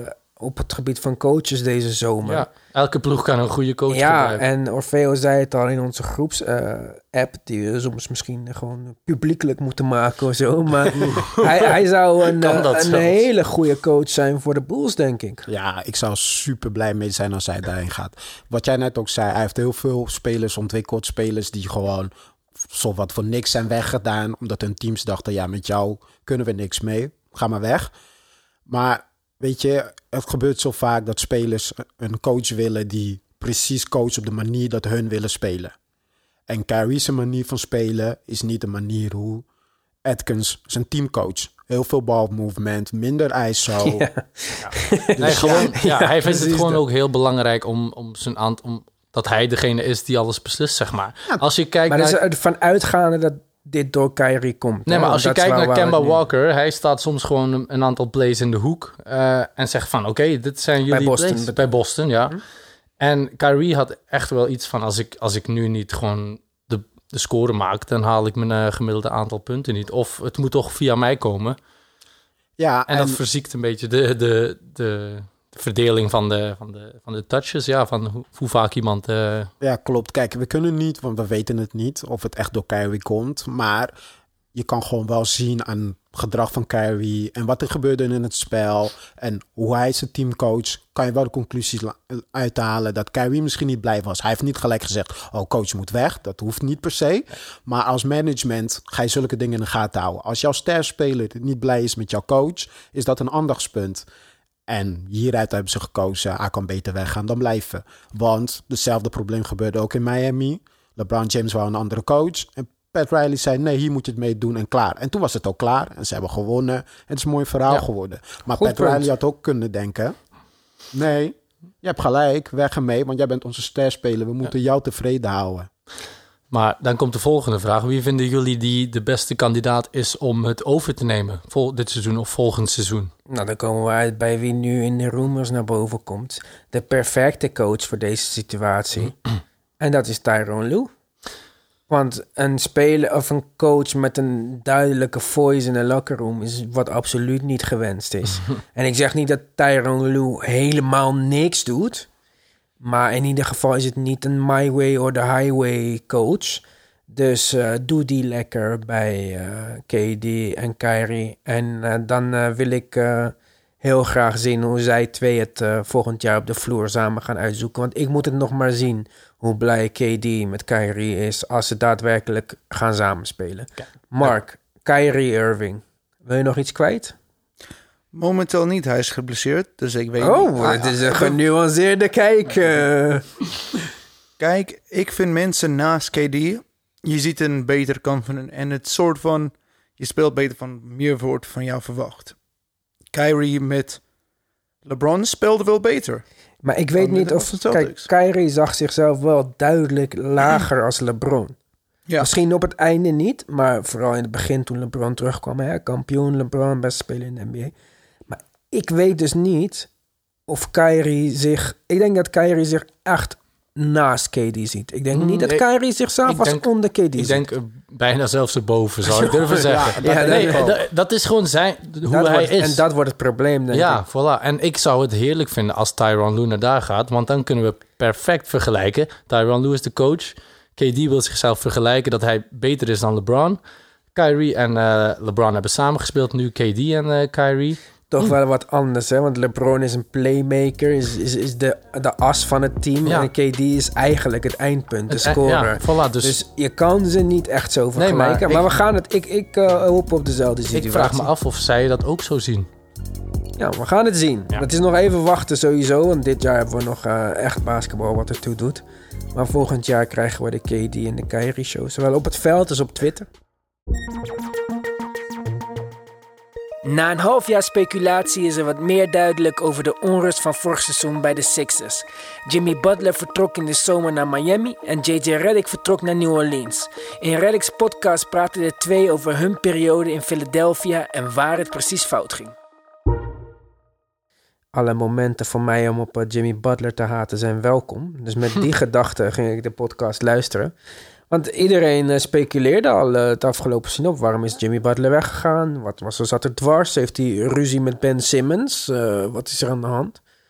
op het gebied van coaches deze zomer. Ja, elke ploeg kan een goede coach Ja, gebruiken. en Orfeo zei het al in onze groeps-app... die we soms misschien gewoon publiekelijk moeten maken of zo. Maar hij, hij zou een, Kan dat een zelfs? hele goede coach zijn voor de Bulls, denk ik. Ja, ik zou super blij mee zijn als hij daarin gaat. Wat jij net ook zei, hij heeft heel veel spelers ontwikkeld. Spelers die gewoon zo wat voor niks zijn weggedaan. Omdat hun teams dachten, ja, met jou kunnen we niks mee. Ga maar weg. Maar weet je, het gebeurt zo vaak dat spelers een coach willen die precies coacht op de manier dat hun willen spelen. En Kyrie's manier van spelen is niet de manier hoe Atkins zijn team coach. Heel veel balmovement, minder I S O. Ja. Dus Nee, gewoon, ja, ja, hij vindt het precies gewoon dat. ook heel belangrijk om, om zijn aan, om, dat hij degene is die alles beslist, zeg maar. Als je kijkt Maar naar... er is ervan uitgaande dat dit door Kyrie komt. Nee, hè? maar als je Dat is kijkt waar- naar waar Kemba het nu- Walker, hij staat soms gewoon een, een aantal plays in de hoek uh, en zegt van, oké, okay, dit zijn jullie Boston plays. bedoel- Bij Boston, ja. Hm. En Kyrie had echt wel iets van, als ik, als ik nu niet gewoon de, de score maak, dan haal ik mijn uh, gemiddelde aantal punten niet. Of het moet toch via mij komen. Ja, En, en dat verziekt een beetje de, de, de, de verdeling van de, van, de, van de touches, ja, van hoe, hoe vaak iemand... Uh... Ja, klopt. Kijk, we kunnen niet, want we weten het niet of het echt door Kyrie komt. Maar je kan gewoon wel zien aan het gedrag van Kyrie en wat er gebeurde in het spel en hoe hij zijn team coach, kan je wel de conclusies la- uithalen dat Kyrie misschien niet blij was. Hij heeft niet gelijk gezegd, oh, coach moet weg. Dat hoeft niet per se. Maar als management ga je zulke dingen in de gaten houden. Als jouw sterspeler niet blij is met jouw coach, is dat een aandachtspunt. En hieruit hebben ze gekozen, hij kan beter weggaan dan blijven. Want hetzelfde probleem gebeurde ook in Miami. LeBron James wou een andere coach. En Pat Riley zei, nee, hier moet je het mee doen en klaar. En toen was het ook klaar. En ze hebben gewonnen. En het is een mooi verhaal Ja. geworden. Maar Goed Pat punt. Riley had ook kunnen denken, nee, je hebt gelijk, weg ermee. Want jij bent onze sterspeler. We moeten jou tevreden houden. Maar dan komt de volgende vraag. Wie vinden jullie die de beste kandidaat is om het over te nemen? Vol dit seizoen of volgend seizoen? Nou, dan komen we uit bij wie nu in de rumors naar boven komt. De perfecte coach voor deze situatie. En dat is Tyronn Lue. Want een speler of een coach met een duidelijke voice in de locker room is wat absoluut niet gewenst is. En ik zeg niet dat Tyronn Lue helemaal niks doet. Maar in ieder geval is het niet een my way or the highway coach. Dus uh, doe die lekker bij uh, K D en Kyrie. En uh, dan uh, wil ik uh, heel graag zien hoe zij twee het uh, volgend jaar op de vloer samen gaan uitzoeken. Want ik moet het nog maar zien hoe blij K D met Kyrie is als ze daadwerkelijk gaan samenspelen. Mark, Kyrie Irving, wil je nog iets kwijt? Momenteel niet, hij is geblesseerd, dus ik weet Oh, niet. het is een genuanceerde kijk. Uh. Kijk, ik vind mensen naast K D, je ziet een betere kant van hen. En het soort van, je speelt beter van, meer wordt van jou verwacht. Kyrie met LeBron speelde wel beter. Maar ik weet Dan niet met of... de Celtics. Kijk, Kyrie zag zichzelf wel duidelijk lager als LeBron. Ja. Misschien op het einde niet, maar vooral in het begin toen LeBron terugkwam. Hè? Kampioen LeBron, beste speler in de N B A. Maar ik weet dus niet of Kyrie zich... Ik denk dat Kyrie zich echt naast K D ziet. Ik denk Mm, niet dat ik- Kyrie zichzelf ik als denk- onder K D ziet. Ik denk uh, bijna zelfs erboven, zou ik durven zeggen. Ja, dat nee, denk ik ook. dat, dat is gewoon zijn, hoe Dat hij wordt- is. En dat wordt het probleem, denk ja, ik. voilà. En ik zou het heerlijk vinden als Tyronn Lue naar daar gaat, want dan kunnen we perfect vergelijken. Tyronn Lue is de coach. K D wil zichzelf vergelijken dat hij beter is dan LeBron. Kyrie en uh, LeBron hebben samengespeeld nu, K D en uh, Kyrie. Toch wel wat anders, hè? Want LeBron is een playmaker, is, is, is de, de as van het team. Ja. En K D is eigenlijk het eindpunt, de Het- eh, scorer. ja, voilà, dus- dus je kan ze niet echt zo Nee, vergelijken. maar maar ik- we gaan het... Ik, ik uh, hoop op dezelfde situatie. Ik vraag me af of zij dat ook zo zien. Ja, we gaan het zien. Ja. Het is nog even wachten sowieso. Want dit jaar hebben we nog uh, echt basketbal wat ertoe doet. Maar volgend jaar krijgen we de K D en de Kyrie show. Zowel op het veld als op Twitter. Na een half jaar speculatie is er wat meer duidelijk over de onrust van vorig seizoen bij de Sixers. Jimmy Butler vertrok in de zomer naar Miami en J J Redick vertrok naar New Orleans. In Redick's podcast praten de twee over hun periode in Philadelphia en waar het precies fout ging. Alle momenten voor mij om op Jimmy Butler te haten zijn welkom. Dus met die gedachte ging ik de podcast luisteren. Want iedereen uh, speculeerde al uh, het afgelopen seizoen op. Waarom is Jimmy Butler weggegaan? Wat was er, zat er dwars? Heeft hij ruzie met Ben Simmons? Uh, wat is er aan de hand?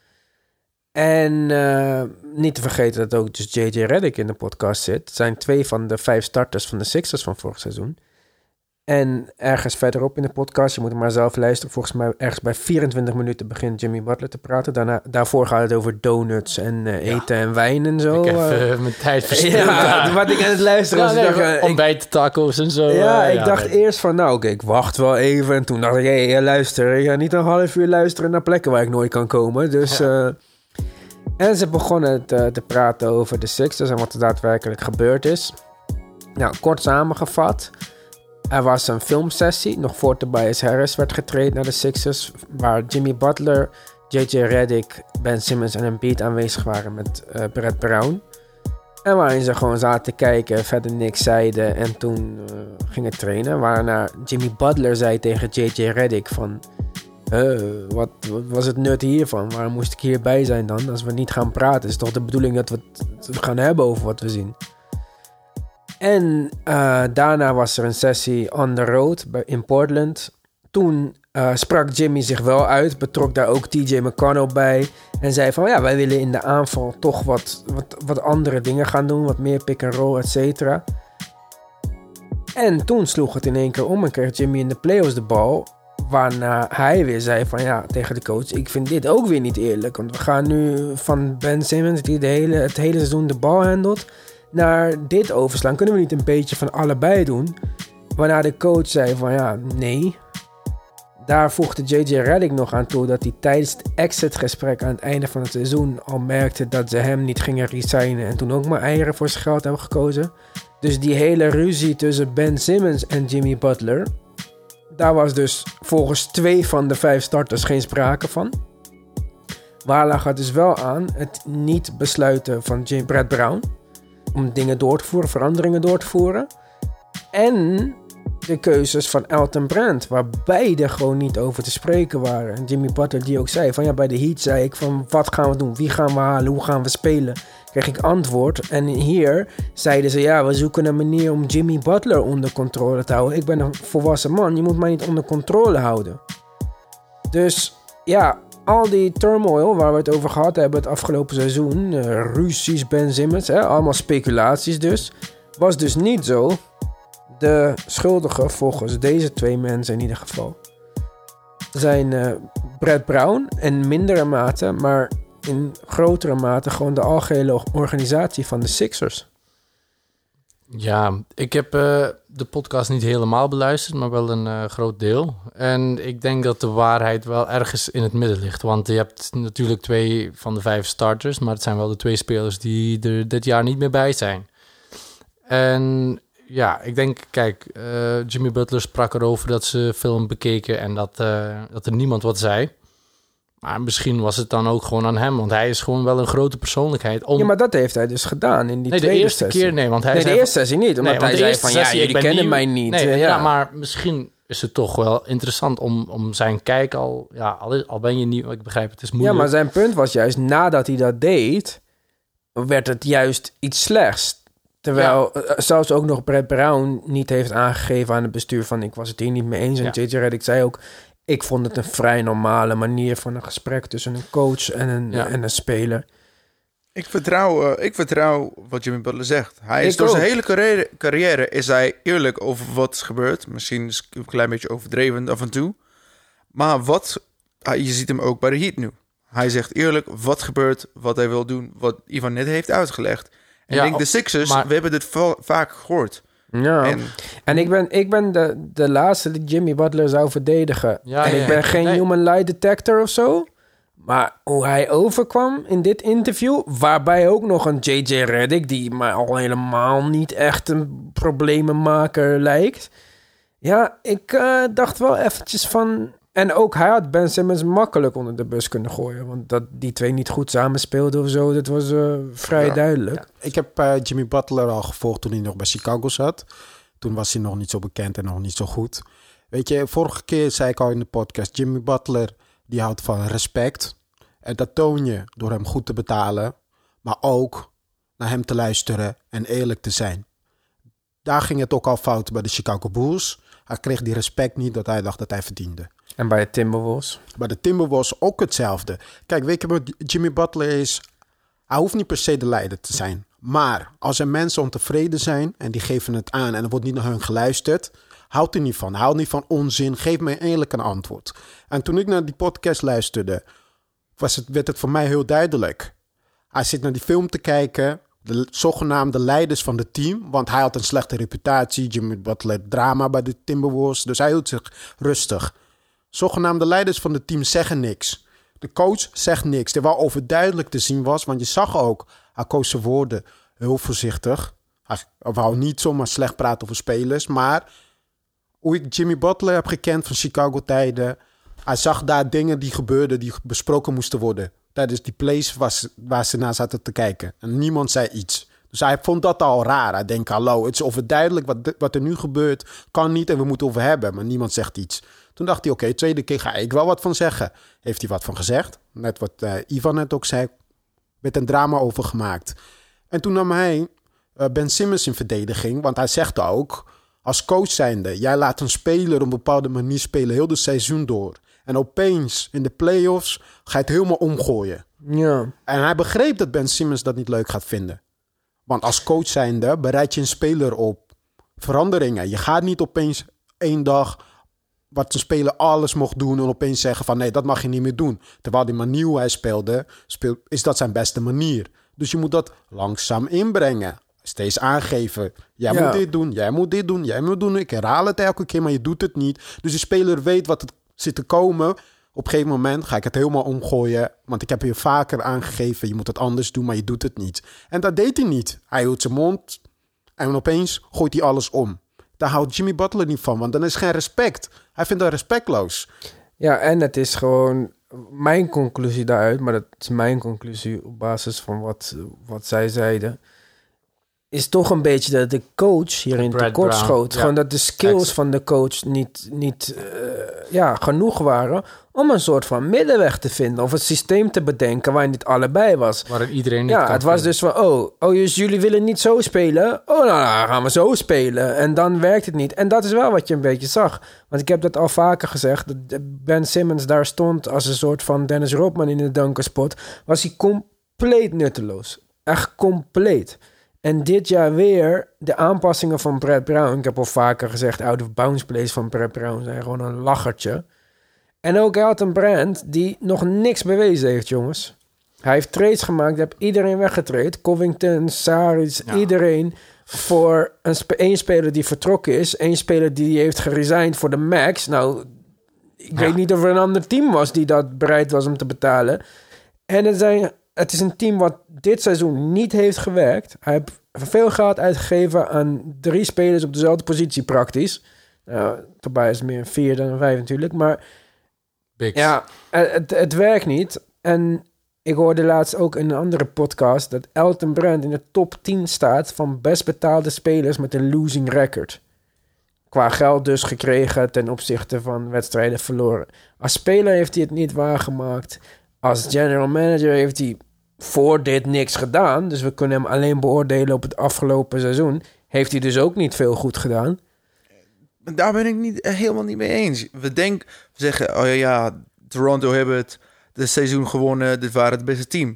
En uh, niet te vergeten dat ook dus J J Redick in de podcast zit. Het zijn twee van de vijf starters van de Sixers van vorig seizoen. En ergens verderop in de podcast, je moet hem maar zelf luisteren. Volgens mij ergens bij vierentwintig minuten begint Jimmy Butler te praten. Daarna, daarvoor gaat het over donuts en uh, eten ja. en wijn en zo. Ik heb uh, mijn tijd verspild. Ja, wat ik aan het luisteren was. Ja, nee, dacht, uh, ontbijt, tacos en zo. Ja, uh, ik ja, dacht nee. eerst van, nou, oké, ik wacht wel even. En toen dacht ik, hé, hey, luister, ik ga niet een half uur luisteren naar plekken waar ik nooit kan komen. Dus... Ja. Uh, En ze begonnen te, te praten over de Sixers en wat er daadwerkelijk gebeurd is. Nou, kort samengevat. Er was een filmsessie, nog voor Tobias Harris werd getraind naar de Sixers, waar Jimmy Butler, J J Redick, Ben Simmons en Embiid aanwezig waren met uh, Brett Brown. En waarin ze gewoon zaten te kijken, verder niks zeiden en toen uh, gingen trainen. Waarna Jimmy Butler zei tegen J J Redick van... Uh, wat, wat was het nut hiervan? Waarom moest ik hierbij zijn dan? Als we niet gaan praten, is het toch de bedoeling dat we het gaan hebben over wat we zien. En uh, daarna was er een sessie on the road in Portland. Toen uh, sprak Jimmy zich wel uit, betrok daar ook T J McConnell bij. En zei van ja, wij willen in de aanval toch wat, wat, wat andere dingen gaan doen. Wat meer pick-and-roll, et cetera. En toen sloeg het in één keer om en kreeg Jimmy in de playoffs de bal. Waarna hij weer zei van ja, tegen de coach, ik vind dit ook weer niet eerlijk. Want we gaan nu van Ben Simmons, die de hele, het hele seizoen de bal handelt, naar dit overslaan. Kunnen we niet een beetje van allebei doen? Waarna de coach zei van ja, nee. Daar voegde J J Redick nog aan toe dat hij tijdens het exitgesprek aan het einde van het seizoen al merkte dat ze hem niet gingen resignen. En toen ook maar eieren voor zijn geld hebben gekozen. Dus die hele ruzie tussen Ben Simmons en Jimmy Butler, daar was dus volgens twee van de vijf starters geen sprake van. Waar lag het dus wel aan het niet besluiten van Jim Brett Brown om dingen door te voeren, veranderingen door te voeren. En de keuzes van Elton Brand, waar beide gewoon niet over te spreken waren. En Jimmy Butler die ook zei van ja, bij de Heat zei ik van wat gaan we doen, wie gaan we halen, hoe gaan we spelen. Kreeg ik antwoord. En hier zeiden ze ja, we zoeken een manier om Jimmy Butler onder controle te houden. Ik ben een volwassen man, je moet mij niet onder controle houden. Dus ja, al die turmoil waar we het over gehad hebben het afgelopen seizoen, uh, ruzies, Ben Simmons, hè, allemaal speculaties dus, was dus niet zo. De schuldigen volgens deze twee mensen in ieder geval zijn uh, Brett Brown in mindere mate, maar in grotere mate gewoon de algehele organisatie van de Sixers. Ja, ik heb uh, de podcast niet helemaal beluisterd, maar wel een uh, groot deel. En ik denk dat de waarheid wel ergens in het midden ligt. Want je hebt natuurlijk twee van de vijf starters, maar het zijn wel de twee spelers die er dit jaar niet meer bij zijn. En ja, ik denk, kijk, uh, Jimmy Butler sprak erover dat ze film bekeken en dat, uh, dat er niemand wat zei. Maar misschien was het dan ook gewoon aan hem, want hij is gewoon wel een grote persoonlijkheid. Om... Ja, maar dat heeft hij dus gedaan in die nee, tweede de eerste sessie. keer, nee, want hij nee, de zei eerste sessie niet, omdat nee, hij zei van ja, sessie, jullie kennen nieuw. mij niet. Nee, ja. ja, maar misschien is het toch wel interessant om, om zijn kijk al, ja, al, al ben je niet, ik begrijp het is moeilijk. Ja, maar zijn punt was juist, nadat hij dat deed, werd het juist iets slechts. Terwijl ja. zelfs ook nog Brett Brown niet heeft aangegeven aan het bestuur van ik was het hier niet mee eens. En ja. J J Redick zei ook, ik vond het een vrij normale manier van een gesprek tussen een coach en een, ja. en een speler. Ik vertrouw, uh, ik vertrouw wat Jimmy Butler zegt. Hij is ik door ook. zijn hele carrière, carrière is hij eerlijk over wat is gebeurd. Misschien is het een klein beetje overdreven af en toe. Maar wat, je ziet hem ook bij de Heat nu. Hij zegt eerlijk wat gebeurt, wat hij wil doen, wat Ivan net heeft uitgelegd. En ja, ik denk de Sixers, maar... we hebben dit va- vaak gehoord. Ja, en, en ik ben, ik ben de, de laatste die Jimmy Butler zou verdedigen. Ja, en ja, ik ben ja. geen nee. human lie detector of zo. Maar hoe hij overkwam in dit interview, waarbij ook nog een J J Redick, die mij al helemaal niet echt een problemenmaker lijkt. Ja, ik uh, dacht wel eventjes van... En ook hij had Ben Simmons makkelijk onder de bus kunnen gooien. Want dat die twee niet goed samen speelden of zo, dat was uh, vrij ja. duidelijk. Ja. Ik heb uh, Jimmy Butler al gevolgd toen hij nog bij Chicago zat. Toen was hij nog niet zo bekend en nog niet zo goed. Weet je, vorige keer zei ik al in de podcast, Jimmy Butler die houdt van respect. En dat toon je door hem goed te betalen, maar ook naar hem te luisteren en eerlijk te zijn. Daar ging het ook al fout bij de Chicago Bulls. Hij kreeg die respect niet dat hij dacht dat hij verdiende. En bij de Timberwolves? Bij de Timberwolves ook hetzelfde. Kijk, weet je wat Jimmy Butler is? Hij hoeft niet per se de leider te zijn. Maar als er mensen ontevreden zijn en die geven het aan en er wordt niet naar hun geluisterd, houdt hij niet van. Houdt niet van onzin. Geef mij eerlijk een antwoord. En toen ik naar die podcast luisterde, was het, werd het voor mij heel duidelijk. Hij zit naar die film te kijken, de zogenaamde leiders van het team, want hij had een slechte reputatie. Jimmy Butler drama bij de Timberwolves, dus hij hield zich rustig. Zogenaamde leiders van het team zeggen niks. De coach zegt niks. Terwijl overduidelijk te zien was, want je zag ook, hij koos zijn woorden heel voorzichtig. Hij wou niet zomaar slecht praten over spelers, maar hoe ik Jimmy Butler heb gekend van Chicago-tijden, hij zag daar dingen die gebeurden, die besproken moesten worden. Tijdens die plays was, waar ze naar zaten te kijken. En niemand zei iets. Dus hij vond dat al raar. Hij denkt, hallo, het is overduidelijk wat, wat er nu gebeurt. Kan niet en we moeten het over hebben. Maar niemand zegt iets. Toen dacht hij, oké, okay, tweede keer ga ik wel wat van zeggen. Heeft hij wat van gezegd. Net wat uh, Ivan net ook zei. Werd een drama over gemaakt. En toen nam hij uh, Ben Simmons in verdediging. Want hij zegt ook, als coach zijnde, jij laat een speler op een bepaalde manier spelen heel het seizoen door. En opeens in de playoffs ga je het helemaal omgooien. Ja. En hij begreep dat Ben Simmons dat niet leuk gaat vinden. Want als coach zijnde bereid je een speler op veranderingen. Je gaat niet opeens één dag wat een speler alles mocht doen en opeens zeggen van nee, dat mag je niet meer doen. Terwijl die manier hoe hij speelde, speel, is dat zijn beste manier. Dus je moet dat langzaam inbrengen. Steeds aangeven. Jij Ja. moet dit doen, jij moet dit doen, jij moet doen. Ik herhaal het elke keer, maar je doet het niet. Dus de speler weet wat het zit te komen. Op een gegeven moment ga ik het helemaal omgooien. Want ik heb je vaker aangegeven, je moet het anders doen, maar je doet het niet. En dat deed hij niet. Hij hield zijn mond en opeens gooit hij alles om. Daar houdt Jimmy Butler niet van, want dan is geen respect. Hij vindt dat respectloos. Ja, en het is gewoon mijn conclusie daaruit, maar dat is mijn conclusie op basis van wat, wat zij zeiden, is toch een beetje dat de coach hierin Brad tekort Brown, schoot. ja. Gewoon dat de skills Ex- van de coach niet, niet uh, ja, genoeg waren om een soort van middenweg te vinden of het systeem te bedenken waarin dit allebei was. Waarin iedereen niet Ja, kan het was vinden. dus van, oh, oh, dus jullie willen niet zo spelen? Oh, nou, nou gaan we zo spelen. En dan werkt het niet. En dat is wel wat je een beetje zag. Want ik heb dat al vaker gezegd, dat Ben Simmons daar stond als een soort van Dennis Rodman in de dunkerspot, was hij compleet nutteloos. Echt compleet. En dit jaar weer de aanpassingen van Brad Brown. Ik heb al vaker gezegd, out-of-bounds plays van Brad Brown zijn gewoon een lachertje. En ook hij had een brand die nog niks bewezen heeft, jongens. Hij heeft trades gemaakt, heeft iedereen weggetraind. Covington, Saric, Ja. iedereen voor een spe- één speler die vertrokken is. Één speler die heeft geresigned voor de max. Nou, ik Ja. weet niet of er een ander team was die dat bereid was om te betalen. En het, zijn, het is een team wat dit seizoen niet heeft gewerkt. Hij heeft veel geld uitgegeven aan drie spelers op dezelfde positie praktisch. Nou, Tobias is meer een vier dan een vijf natuurlijk. Maar Bigs. ja, het, het werkt niet. En ik hoorde laatst ook in een andere podcast dat Elton Brand in de top tien staat van best betaalde spelers met een losing record. Qua geld dus gekregen ten opzichte van wedstrijden verloren. Als speler heeft hij het niet waargemaakt. Als general manager heeft hij voor dit niks gedaan. Dus we kunnen hem alleen beoordelen op het afgelopen seizoen. Heeft hij dus ook niet veel goed gedaan. Daar ben ik niet, eh, helemaal niet mee eens. We denken, we zeggen, oh ja, ja, Toronto hebben het de seizoen gewonnen. Dit waren het beste team.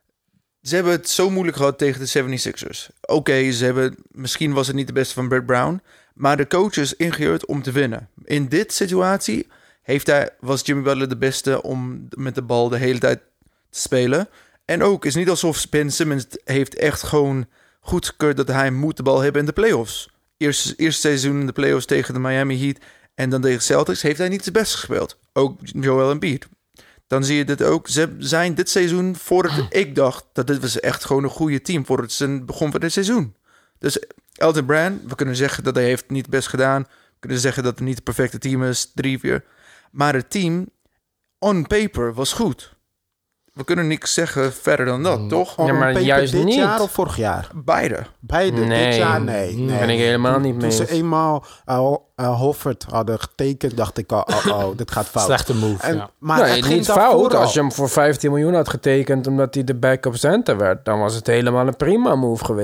Ze hebben het zo moeilijk gehad tegen de zevenenzestigers. Oké, okay, ze hebben, misschien was het niet de beste van Brad Brown, maar de coach is ingehuurd om te winnen. In dit situatie heeft hij, was Jimmy Butler de beste om met de bal de hele tijd te spelen. En ook, is niet alsof Ben Simmons heeft echt gewoon goedgekeurd dat hij moet de bal hebben in de playoffs. Eerste, eerste seizoen in de playoffs tegen de Miami Heat en dan tegen Celtics heeft hij niet zijn best gespeeld. Ook Joel Embiid. Dan zie je dit ook. Ze zijn dit seizoen, voordat ik dacht dat dit was echt gewoon een goede team voor het begon van het seizoen. Dus Elton Brand, we kunnen zeggen dat hij heeft niet het best gedaan. We kunnen zeggen dat het niet het perfecte team is, drie, vier. Maar het team, on paper, was goed. We kunnen niks zeggen verder dan dat, toch? Ja, maar On paper juist dit niet. jaar of vorig jaar? Beide. Beide. Nee, dit jaar? Nee. nee. ben ik helemaal niet Toen mee ze eens. eenmaal uh, uh, Hofford hadden getekend, dacht ik al, oh, oh dit gaat fout. Slechte move, En, ja. Maar Nee, het ging niet daarvoor fout. al. Als je hem voor vijftien miljoen had getekend omdat hij de backup center werd, dan was het helemaal een prima move geweest.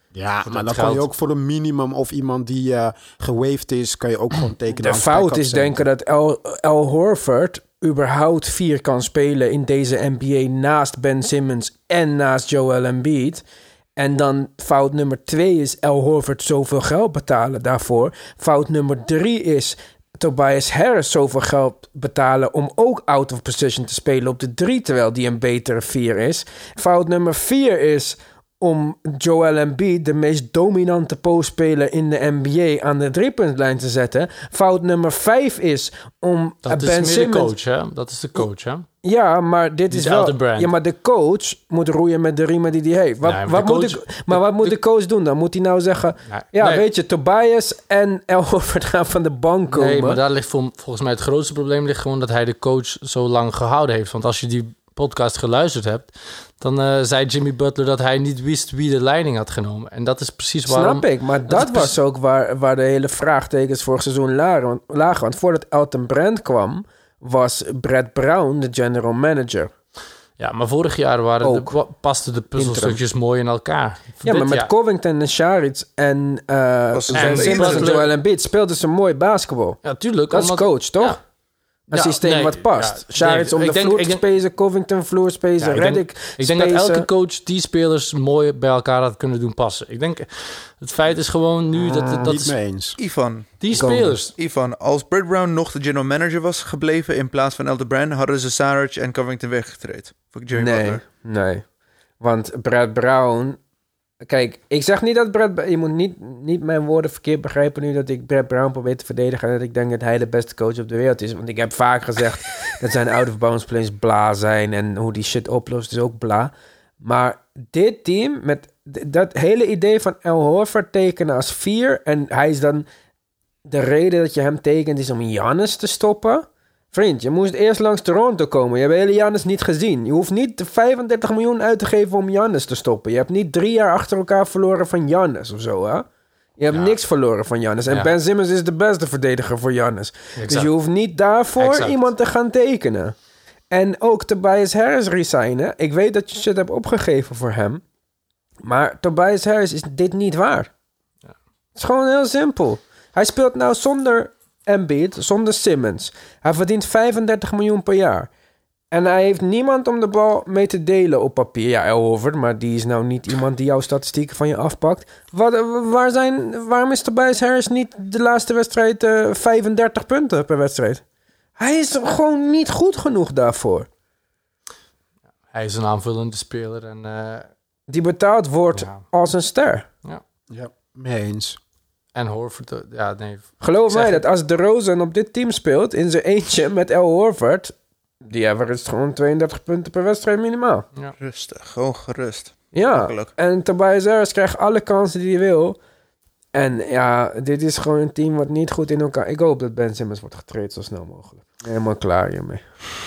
Ja, Voor maar dat dan kan je geld. ook voor een minimum of iemand die uh, gewaved is, kan je ook gewoon tekenen. De als fout backup is center. denken dat Al, Al Horford überhaupt vier kan spelen in deze N B A naast Ben Simmons en naast Joel Embiid. En dan fout nummer twee is Al Horford zoveel geld betalen daarvoor. Fout nummer drie is Tobias Harris zoveel geld betalen om ook out of position te spelen op de drie, terwijl die een betere vier is. Fout nummer vier is om Joel Embiid, de meest dominante postspeler in de N B A, aan de driepuntlijn te zetten. Fout nummer vijf is om Dat Ben is meer Simmons... de coach, hè? Dat is de coach, hè? Ja, maar dit is Niet wel... Elton Brand. Ja, maar de coach moet roeien met de riemen die hij heeft. Wat, Nee, maar wat de moet coach- de, maar wat de- moet de- de coach doen dan? Moet hij nou zeggen... Nee, ja, nee. weet je, Tobias en El Horford gaan van de bank komen. Nee, maar daar ligt vol- volgens mij het grootste probleem ligt gewoon dat hij de coach zo lang gehouden heeft. Want als je die podcast geluisterd hebt, dan uh, zei Jimmy Butler dat hij niet wist wie de leiding had genomen. En dat is precies waarom... Snap ik, maar dat, dat is was ook waar, waar de hele vraagtekens vorig seizoen lagen. lagen. Want voordat Elton Brand kwam, was Brett Brown de general manager. Ja, maar vorig jaar waren de, Ook. wa- pasten de puzzelstukjes mooi in elkaar. Ja, Dit maar met jaar- Covington en Saric en uh, Was het Ben en Simmons en Butler- Joel Embiid speelden ze mooi basketbal. Ja, tuurlijk. Dat is omdat- coach, toch? Ja. Een Ja, systeem nee, wat past. ja, Saric nee, om de ik denk- vloer ik te denk- spacen, Covington vloer spacen, Ja, ik denk- Redick Ik denk dat spacen. elke coach die spelers mooi bij elkaar had kunnen doen passen. Ik denk, het feit is gewoon nu dat... dat Niet is, mee eens. Ivan, die Komen. spelers... Ivan, als Brett Brown nog de general manager was gebleven in plaats van Elton Brand, hadden ze Saric en Covington weggetreden. Voor Jimmy Nee, Butler. nee. Want Brett Brown... Kijk, ik zeg niet dat Brett... Je moet niet, niet mijn woorden verkeerd begrijpen nu dat ik Brett Brown probeer te verdedigen en dat ik denk dat hij de beste coach op de wereld is. Want ik heb vaak gezegd dat zijn out-of-bounds plays bla zijn en hoe die shit oplost is ook bla. Maar dit team, met d- dat hele idee van Al Horford tekenen als vier en hij is dan... De reden dat je hem tekent is om Giannis te stoppen... Vriend, je moest eerst langs Toronto komen. Je hebt hele Giannis niet gezien. Je hoeft niet vijfendertig miljoen uit te geven om Giannis te stoppen. Je hebt niet drie jaar achter elkaar verloren van Giannis of zo, hè? Je hebt Ja. niks verloren van Giannis. En Ja. Ben Simmons is de beste verdediger voor Giannis. Dus Exact. je hoeft niet daarvoor Exact. iemand te gaan tekenen. En ook Tobias Harris resignen. Ik weet dat je shit hebt opgegeven voor hem. Maar Tobias Harris is dit niet waar. Het is gewoon heel simpel. Hij speelt nou zonder Embiid, zonder Simmons. Hij verdient vijfendertig miljoen per jaar. En hij heeft niemand om de bal mee te delen op papier. Ja, El Horford, maar die is nou niet iemand die jouw statistieken van je afpakt. Wat, waar zijn, waarom is Tobias Harris niet de laatste wedstrijd uh, vijfendertig punten per wedstrijd? Hij is gewoon niet goed genoeg daarvoor. Hij is een aanvullende speler en... uh, Die betaald wordt Ja. als een ster. ja. Ja, mee eens. En Horford, uh, ja, nee. Geloof Zeg mij het. dat als DeRozan op dit team speelt... in zijn eentje met El Horford... die average gewoon tweeëndertig punten per wedstrijd minimaal. Rustig, gewoon gerust. Ja, Makkelijk. en Tobias Harris krijgt alle kansen die hij wil. En ja, dit is gewoon een team wat niet goed in elkaar... Ik hoop dat Ben Simmons wordt getraind zo snel mogelijk. Helemaal klaar hiermee.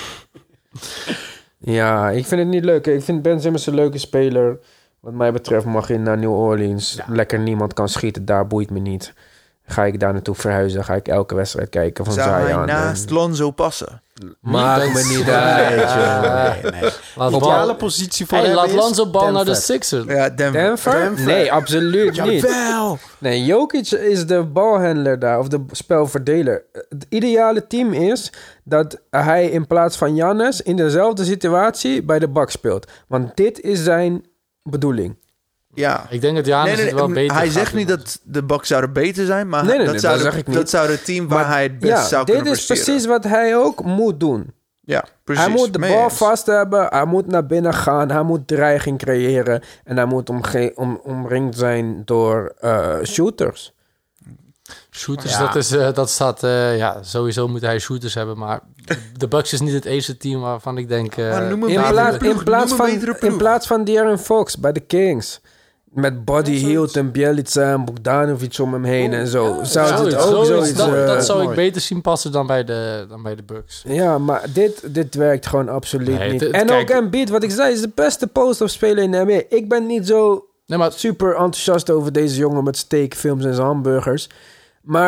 Ja, ik vind het niet leuk. Ik vind Ben Simmons een leuke speler. Wat mij betreft mag je naar New Orleans. Ja. Lekker niemand kan schieten, daar boeit me niet. Ga ik daar naartoe verhuizen, ga ik elke wedstrijd kijken van Zou hij Zion. naast En- Lonzo passen? Maakt Niet me eens. niet Ja. uit, joh. Nee, nee. Laat Ideale bal, positie voor hey, hem laat is Lonzo bal naar de Denver. Sixers. Ja, Denver. Denver? Denver. Nee, absoluut niet. Jawel. Nee, Jokic is de balhandler daar, of de spelverdeler. Het ideale team is dat hij in plaats van Giannis in dezelfde situatie bij de Bucks speelt. Want dit is zijn bedoeling. Ja. Ik denk dat Giannis Nee, nee, het wel nee, beter hij gaat zegt doen. niet dat de Bucks zouden beter zijn, maar Nee, nee, dat, nee, zou dat de- zeg ik niet. dat zou het team waar Maar hij het best ja, zou dit kunnen is presteren. precies wat hij ook moet doen. Ja, precies. Hij moet de Mee bal eens. vast hebben, hij moet naar binnen gaan, hij moet dreiging creëren en hij moet omge- om, omringd zijn door uh, shooters. Shooters, Ja. dat, is, eh, dat staat... eh, ja, sowieso moet hij shooters hebben, maar de Bucks is niet het eerste team waarvan ik denk... eh, Maar noem een In, betere plaats, ploeg, in, plaats noem een van, betere ploeg. in plaats van De'Aaron Fox bij de Kings. Met Buddy Hield en Bjelica en Bogdanovic om hem heen en zo. Zou het zoiets, ook zoiets, zoiets... dat, eh, dat zou ik mooi. beter zien passen dan bij de, dan bij de Bucks. Ja, maar dit, dit werkt gewoon absoluut Nee, niet. het- het- en kijk- ook Embiid, wat ik zei, is de beste post-up speler in de N B A. Ik ben niet zo Nee, maar super enthousiast over deze jongen met steakfilms en zijn hamburgers. Maar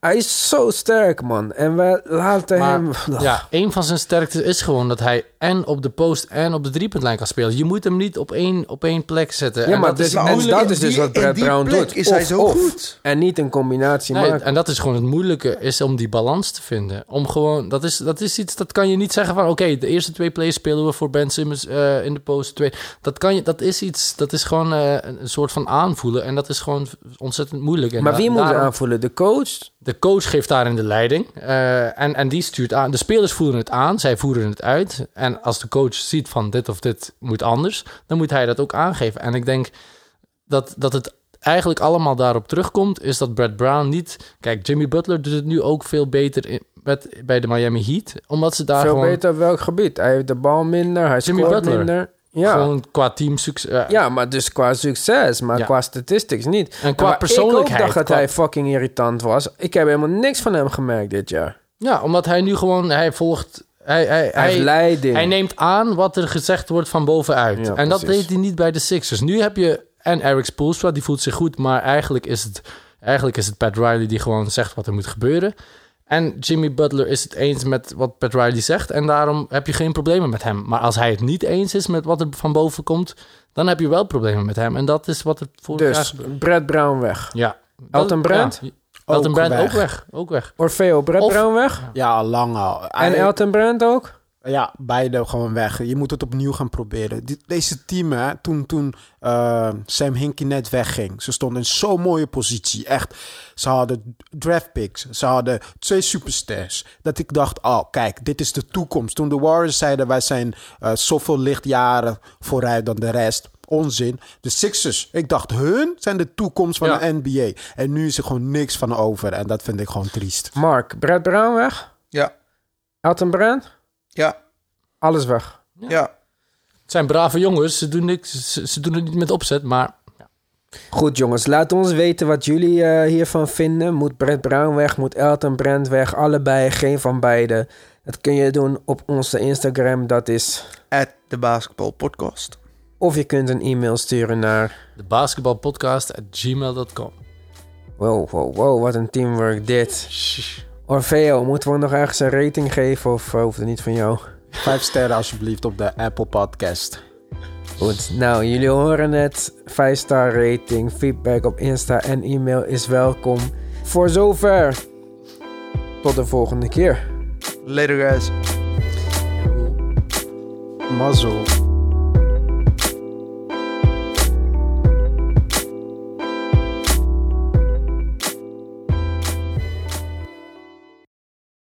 Hij is zo sterk, man. En we laten Maar, hem... ja, een van zijn sterktes is gewoon dat hij en op de post en op de driepuntlijn kan spelen. Je moet hem niet op één, op één plek zetten. Ja, en maar dat dus, is en moeilijk. dat is dus die- wat in Brett die Brown plek doet. is hij Of, zo of. goed. En niet een combinatie Nee, maken. en dat is gewoon het moeilijke, is om die balans te vinden. Om gewoon, dat is, dat is iets, dat kan je niet zeggen van, oké, okay, de eerste twee plays spelen we voor Ben Simmons uh, in de post. Twee. Dat kan je, dat is iets, dat is gewoon uh, een, een soort van aanvoelen. En dat is gewoon ontzettend moeilijk. En Maar wie da- moet daarom- er aanvoelen? De coach? De coach geeft daarin de leiding. Uh, en, en die stuurt aan. De spelers voeren het aan. Zij voeren het uit. En als de coach ziet van dit of dit moet anders, dan moet hij dat ook aangeven. En ik denk dat, dat het eigenlijk allemaal daarop terugkomt, is dat Brett Brown niet... Kijk, Jimmy Butler doet het nu ook veel beter in, met, bij de Miami Heat. Omdat ze daar Veel gewoon... beter op welk gebied? Hij heeft de bal minder, hij Jimmy scoort Butler. minder. Ja. Gewoon qua teamsucces. Uh, ja, maar dus qua succes, maar Ja. qua statistics niet. En qua maar persoonlijkheid, Ik ook dacht dat qua- hij fucking irritant was. Ik heb helemaal niks van hem gemerkt dit jaar. Ja, omdat hij nu gewoon... Hij volgt... Hij, hij, Hij heeft leiding. Hij neemt aan wat er gezegd wordt van bovenuit. Ja, en dat precies. deed hij niet bij de Sixers. Nu heb je... En Eric Spoelstra, die voelt zich goed. Maar eigenlijk is het, eigenlijk is het Pat Riley die gewoon zegt wat er moet gebeuren. En Jimmy Butler is het eens met wat Pat Riley zegt. En daarom heb je geen problemen met hem. Maar als hij het niet eens is met wat er van boven komt, dan heb je wel problemen met hem. En dat is wat het vorig jaar Dus gebeurde. Brett Brown weg. Ja. Elton Brand? Ja. Elton Ook Brand weg. ook weg. Ook weg. Orfeo, Brett Of- Brown weg. Ja, lang al. En Hij- Elton Brand ook? Ja, beide gewoon weg. Je moet het opnieuw gaan proberen. Die- Deze team, hè, toen, toen uh, Sam Hinkie net wegging, ze stonden in zo'n mooie positie. Echt, ze hadden draft picks, ze hadden twee superstars. Dat ik dacht, oh kijk, dit is de toekomst. Toen de Warriors zeiden, wij zijn uh, zoveel lichtjaren vooruit dan de rest. Onzin. De Sixers, ik dacht, hun zijn de toekomst van Ja. de N B A. En nu is er gewoon niks van over. En dat vind ik gewoon triest. Mark, Brett Brown weg. Ja, Elton Brand? ja, Alles weg. ja. Het zijn brave jongens. Ze doen, niks, ze, ze doen het niet met opzet, maar... Goed jongens, laat ons weten wat jullie uh, hiervan vinden. Moet Brett Brown weg? Moet Elton Brand weg? Allebei, geen van beide. Dat kun je doen op onze Instagram. Dat is... At the Basketball Podcast. Of je kunt een e-mail sturen naar... De basketbalpodcast at gmail dot com. Wow, wow, wow, wat een teamwork dit. Orfeo, moeten we nog ergens een rating geven of uh, hoeft het niet van jou? Vijf sterren alsjeblieft op de Apple Podcast. Goed, nou, jullie horen het. vijf star rating, feedback op Insta en e-mail is welkom. Voor zover. Tot de volgende keer. Later guys. Mazzel.